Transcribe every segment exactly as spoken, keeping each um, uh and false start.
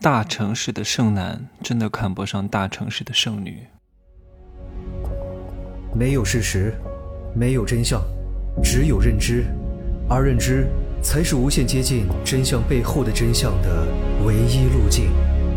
大城市的剩男真的看不上大城市的剩女。 没有事实，没有真相，只有认知，而认知才是无限接近真相背后的真相的唯一路径。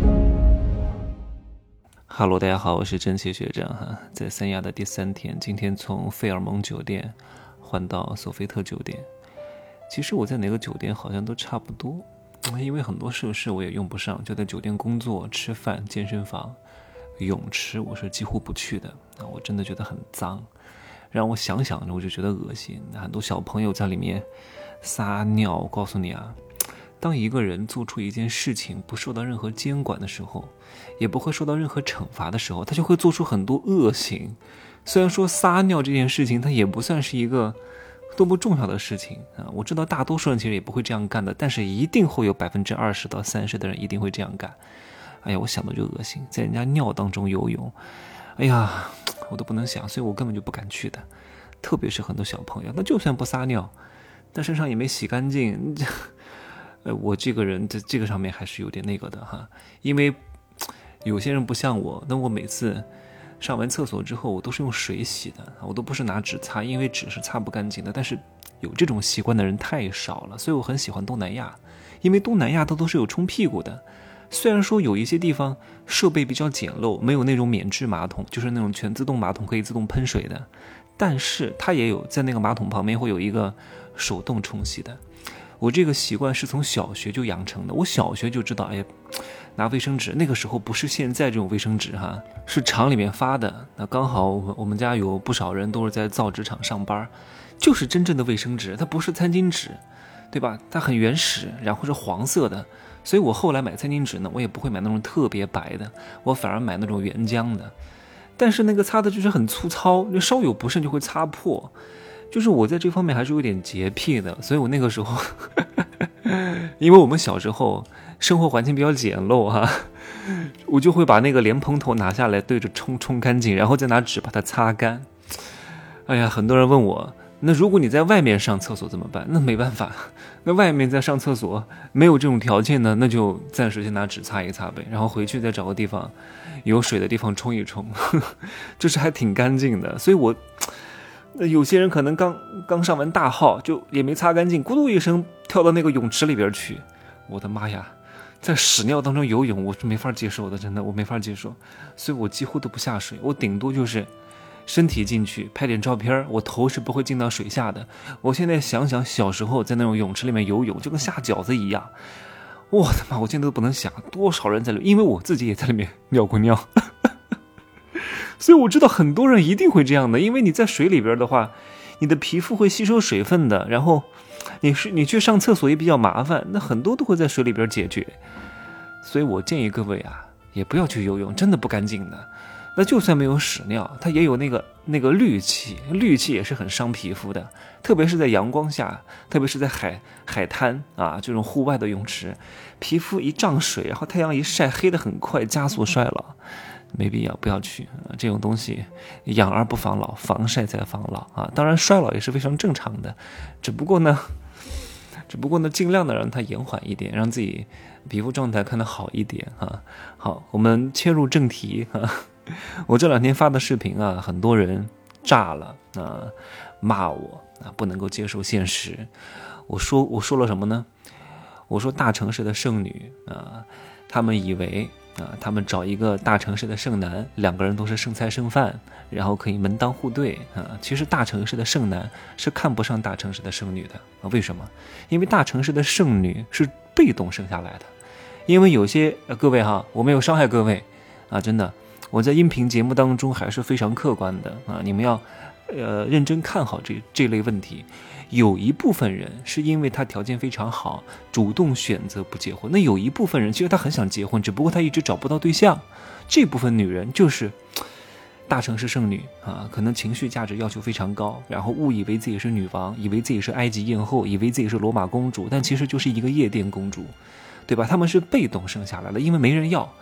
哈喽，大家好，我是真奇学长哈，在三亚的第三天，今天从费尔蒙酒店换到索菲特酒店。其实我在哪个酒店好像都差不多，因为很多设施我也用不上，就在酒店工作、吃饭、健身房、泳池我是几乎不去的，我真的觉得很脏，让我想想着我就觉得恶心。很多小朋友在里面撒尿，我告诉你啊，当一个人做出一件事情不受到任何监管的时候，也不会受到任何惩罚的时候，他就会做出很多恶行。虽然说撒尿这件事情它也不算是一个多么重要的事情啊，我知道大多数人其实也不会这样干的，但是一定会有百分之二十到三十的人一定会这样干。哎呀，我想到就恶心，在人家尿当中游泳，哎呀，我都不能想，所以我根本就不敢去的。特别是很多小朋友，那就算不撒尿，但身上也没洗干净，呃，我这个人在这个上面还是有点那个的哈，因为有些人不像我，那我每次上完厕所之后我都是用水洗的，我都不是拿纸擦，因为纸是擦不干净的。但是有这种习惯的人太少了，所以我很喜欢东南亚，因为东南亚它都是有冲屁股的。虽然说有一些地方设备比较简陋，没有那种免治马桶，就是那种全自动马桶可以自动喷水的，但是它也有在那个马桶旁边会有一个手动冲洗的。我这个习惯是从小学就养成的，我小学就知道，哎呀，拿卫生纸，那个时候不是现在这种卫生纸哈，是厂里面发的。那刚好我们我们家有不少人都是在造纸厂上班，就是真正的卫生纸，它不是餐巾纸，对吧？它很原始，然后是黄色的。所以我后来买餐巾纸呢，我也不会买那种特别白的，我反而买那种原浆的。但是那个擦的就是很粗糙，就稍有不慎就会擦破。就是我在这方面还是有点洁癖的，所以我那个时候因为我们小时候生活环境比较简陋哈，我就会把那个莲蓬头拿下来对着冲冲干净，然后再拿纸把它擦干。哎呀，很多人问我，那如果你在外面上厕所怎么办？那没办法，那外面在上厕所没有这种条件呢，那就暂时先拿纸擦一擦呗，然后回去再找个地方有水的地方冲一冲，就是还挺干净的。所以我有些人可能刚刚上完大号就也没擦干净，咕噜一声跳到那个泳池里边去，我的妈呀，在屎尿当中游泳我是没法接受的，真的我没法接受。所以我几乎都不下水，我顶多就是身体进去拍点照片，我头是不会进到水下的。我现在想想小时候在那种泳池里面游泳就跟下饺子一样，我的妈，我现在都不能想多少人在里面，因为我自己也在里面尿过尿所以我知道很多人一定会这样的，因为你在水里边的话，你的皮肤会吸收水分的，然后你是你去上厕所也比较麻烦，那很多都会在水里边解决。所以我建议各位啊，也不要去游泳，真的不干净的。那就算没有屎尿，它也有那个那个氯气，氯气也是很伤皮肤的，特别是在阳光下，特别是在海海滩啊这种户外的泳池，皮肤一涨水，然后太阳一晒，黑得很快，加速衰老。没必要，不要去、啊、这种东西，养而不防老，防晒才防老啊！当然，衰老也是非常正常的，只不过呢，只不过呢，尽量的让它延缓一点，让自己皮肤状态看得好一点啊。好，我们切入正题啊。我这两天发的视频啊，很多人炸了啊，骂我啊，不能够接受现实。我说我说了什么呢？我说大城市的剩女啊，他们以为。啊，他们找一个大城市的剩男，两个人都是剩菜剩饭，然后可以门当户对啊。其实大城市的剩男是看不上大城市的剩女的啊。为什么？因为大城市的剩女是被动生下来的。因为有些、呃、各位哈，我没有伤害各位啊，真的，我在音频节目当中还是非常客观的啊。你们要呃认真看好这这类问题。有一部分人是因为他条件非常好，主动选择不结婚。那有一部分人其实他很想结婚，只不过他一直找不到对象。这部分女人就是大城市剩女啊，可能情绪价值要求非常高，然后误以为自己是女王，以为自己是埃及艳后，以为自己是罗马公主，但其实就是一个夜店公主，对吧？他们是被动生下来的，因为没人要。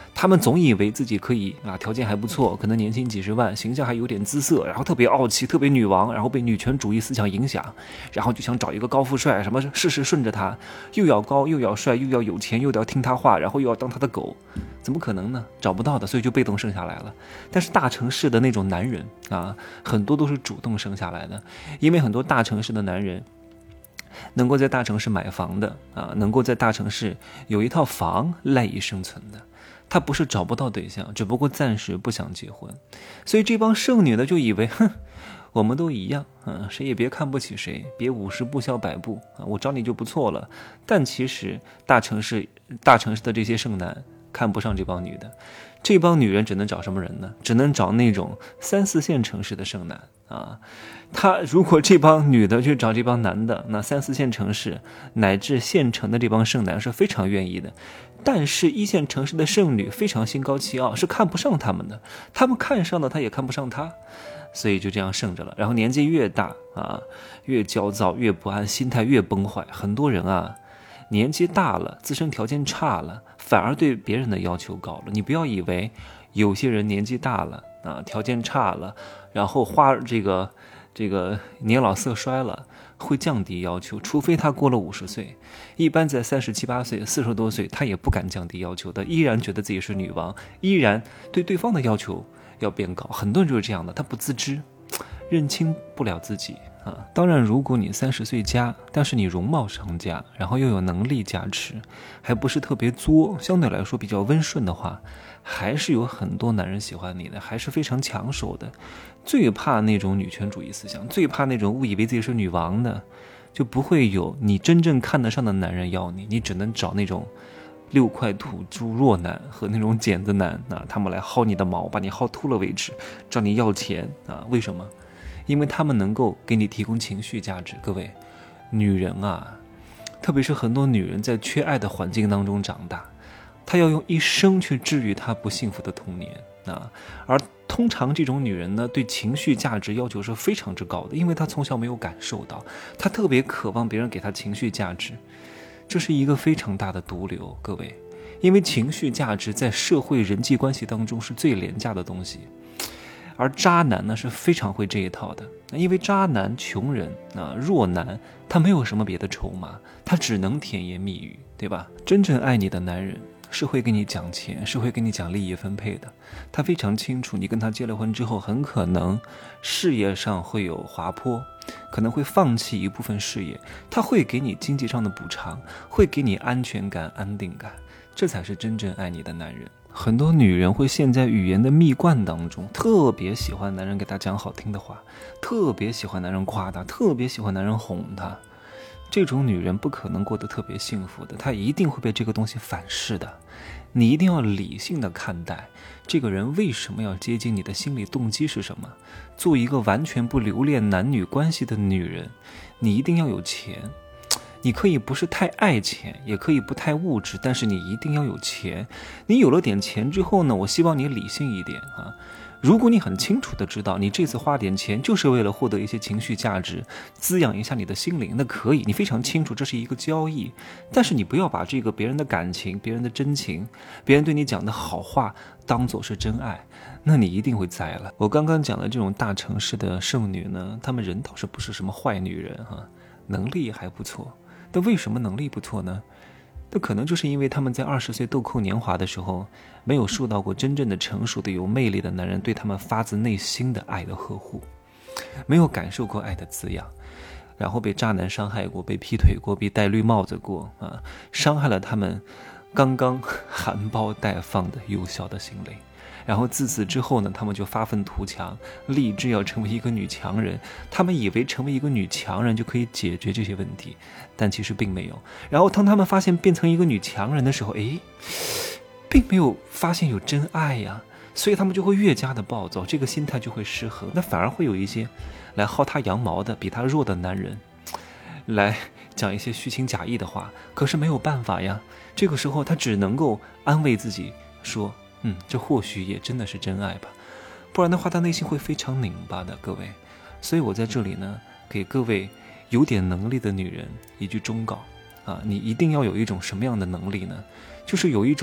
他们总以为自己可以啊，条件还不错，可能年薪几十万，形象还有点姿色，然后特别傲气，特别女王，然后被女权主义思想影响，然后就想找一个高富帅，什么事事顺着他，又要高又要帅又要有钱又要听他话，然后又要当他的狗，怎么可能呢？找不到的，所以就被动生下来了。但是大城市的那种男人啊，很多都是主动生下来的，因为很多大城市的男人能够在大城市买房的啊，能够在大城市有一套房赖以生存的，他不是找不到对象，只不过暂时不想结婚。所以这帮剩女呢就以为，哼，我们都一样，嗯，谁也别看不起谁，别五十步笑百步啊，我找你就不错了。但其实大城市大城市的这些剩男看不上这帮女的，这帮女人只能找什么人呢？只能找那种三四线城市的剩男啊。他如果这帮女的去找这帮男的，那三四线城市乃至县城的这帮剩男是非常愿意的。但是一线城市的剩女非常心高气傲，是看不上他们的，他们看上的他也看不上他，所以就这样剩着了。然后年纪越大啊，越焦躁越不安，心态越崩坏。很多人啊年纪大了，自身条件差了，反而对别人的要求高了。你不要以为有些人年纪大了啊，条件差了，然后花这个这个年老色衰了，会降低要求，除非他过了五十岁。一般在三十七八岁、四十多岁，他也不敢降低要求的，依然觉得自己是女王，依然对对方的要求要变高。很多人就是这样的，他不自知，认清不了自己啊。当然，如果你三十岁加，但是你容貌上佳，然后又有能力加持，还不是特别作，相对来说比较温顺的话，还是有很多男人喜欢你的，还是非常抢手的。最怕那种女权主义思想，最怕那种误以为自己是女王的，就不会有你真正看得上的男人要你，你只能找那种六块土猪弱男和那种剪子男啊，他们来薅你的毛，把你薅秃了为止，找你要钱啊？为什么？因为他们能够给你提供情绪价值。各位，女人啊，特别是很多女人在缺爱的环境当中长大，她要用一生去治愈她不幸福的童年啊。而通常这种女人呢，对情绪价值要求是非常之高的，因为她从小没有感受到，她特别渴望别人给她情绪价值，这是一个非常大的毒瘤。各位，因为情绪价值在社会人际关系当中是最廉价的东西。而渣男呢是非常会这一套的，因为渣男、穷人啊、弱男，他没有什么别的筹码，他只能甜言蜜语，对吧？真正爱你的男人是会跟你讲钱，是会跟你讲利益分配的。他非常清楚，你跟他结了婚之后，很可能事业上会有滑坡，可能会放弃一部分事业，他会给你经济上的补偿，会给你安全感、安定感，这才是真正爱你的男人。很多女人会陷在语言的蜜罐当中，特别喜欢男人给她讲好听的话，特别喜欢男人夸她，特别喜欢男人哄她。这种女人不可能过得特别幸福的，她一定会被这个东西反噬的。你一定要理性的看待这个人为什么要接近你，的心理动机是什么。做一个完全不留恋男女关系的女人，你一定要有钱。你可以不是太爱钱，也可以不太物质，但是你一定要有钱。你有了点钱之后呢，我希望你理性一点啊。如果你很清楚的知道你这次花点钱就是为了获得一些情绪价值，滋养一下你的心灵，那可以，你非常清楚这是一个交易。但是你不要把这个别人的感情、别人的真情、别人对你讲的好话当作是真爱，那你一定会栽了。我刚刚讲的这种大城市的剩女呢，她们人倒是不是什么坏女人哈、啊，能力还不错。但为什么能力不错呢？那可能就是因为他们在二十岁豆蔻年华的时候，没有受到过真正的成熟的有魅力的男人对他们发自内心的爱的呵护，没有感受过爱的滋养，然后被渣男伤害过，被劈腿过，被戴绿帽子过啊，伤害了他们刚刚含苞待放的幼小的心灵。然后自此之后呢，他们就发愤图强，立志要成为一个女强人。他们以为成为一个女强人就可以解决这些问题，但其实并没有。然后当他们发现变成一个女强人的时候，诶，并没有发现有真爱呀，所以他们就会越加的暴躁，这个心态就会失衡。那反而会有一些来薅他羊毛的比他弱的男人来讲一些虚情假意的话，可是没有办法呀。这个时候他只能够安慰自己说，嗯，这或许也真的是真爱吧，不然的话他内心会非常拧巴的，各位。所以我在这里呢，给各位有点能力的女人一句忠告啊，你一定要有一种什么样的能力呢？就是有一种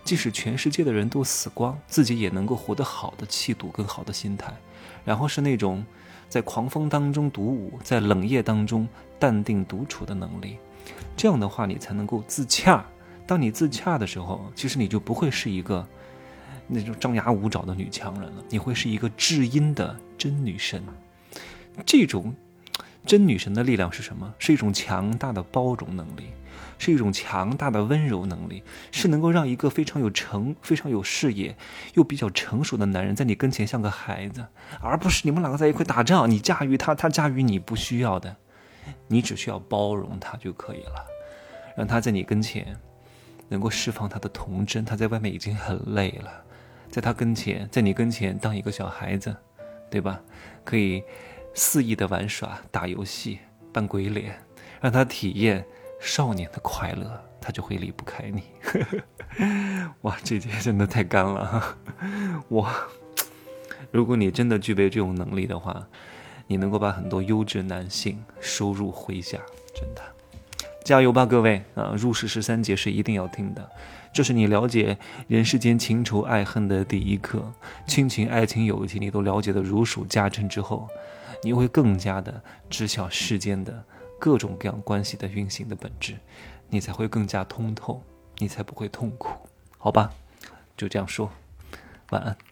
即使全世界的人都死光，自己也能够活得好的气度跟好的心态，然后是那种在狂风当中独舞，在冷夜当中淡定独处的能力。这样的话你才能够自洽，当你自洽的时候，其实你就不会是一个那种张牙舞爪的女强人了，你会是一个至阴的真女神。这种真女神的力量是什么？是一种强大的包容能力，是一种强大的温柔能力，是能够让一个非常有成、非常有视野又比较成熟的男人在你跟前像个孩子，而不是你们两个在一块打仗，你驾驭他，他驾驭你，不需要的，你只需要包容他就可以了，让他在你跟前能够释放他的童真。他在外面已经很累了，在他跟前，在你跟前当一个小孩子，对吧？可以肆意的玩耍、打游戏、扮鬼脸，让他体验少年的快乐，他就会离不开你。哇，这节真的太干了。哇，如果你真的具备这种能力的话，你能够把很多优质男性收入麾下，真的。加油吧各位啊！入世十三节是一定要听的，这是你了解人世间情仇爱恨的第一课，亲情爱情友情你都了解的如数家珍之后，你会更加的知晓世间的各种各样关系的运行的本质，你才会更加通透，你才不会痛苦，好吧？就这样说，晚安。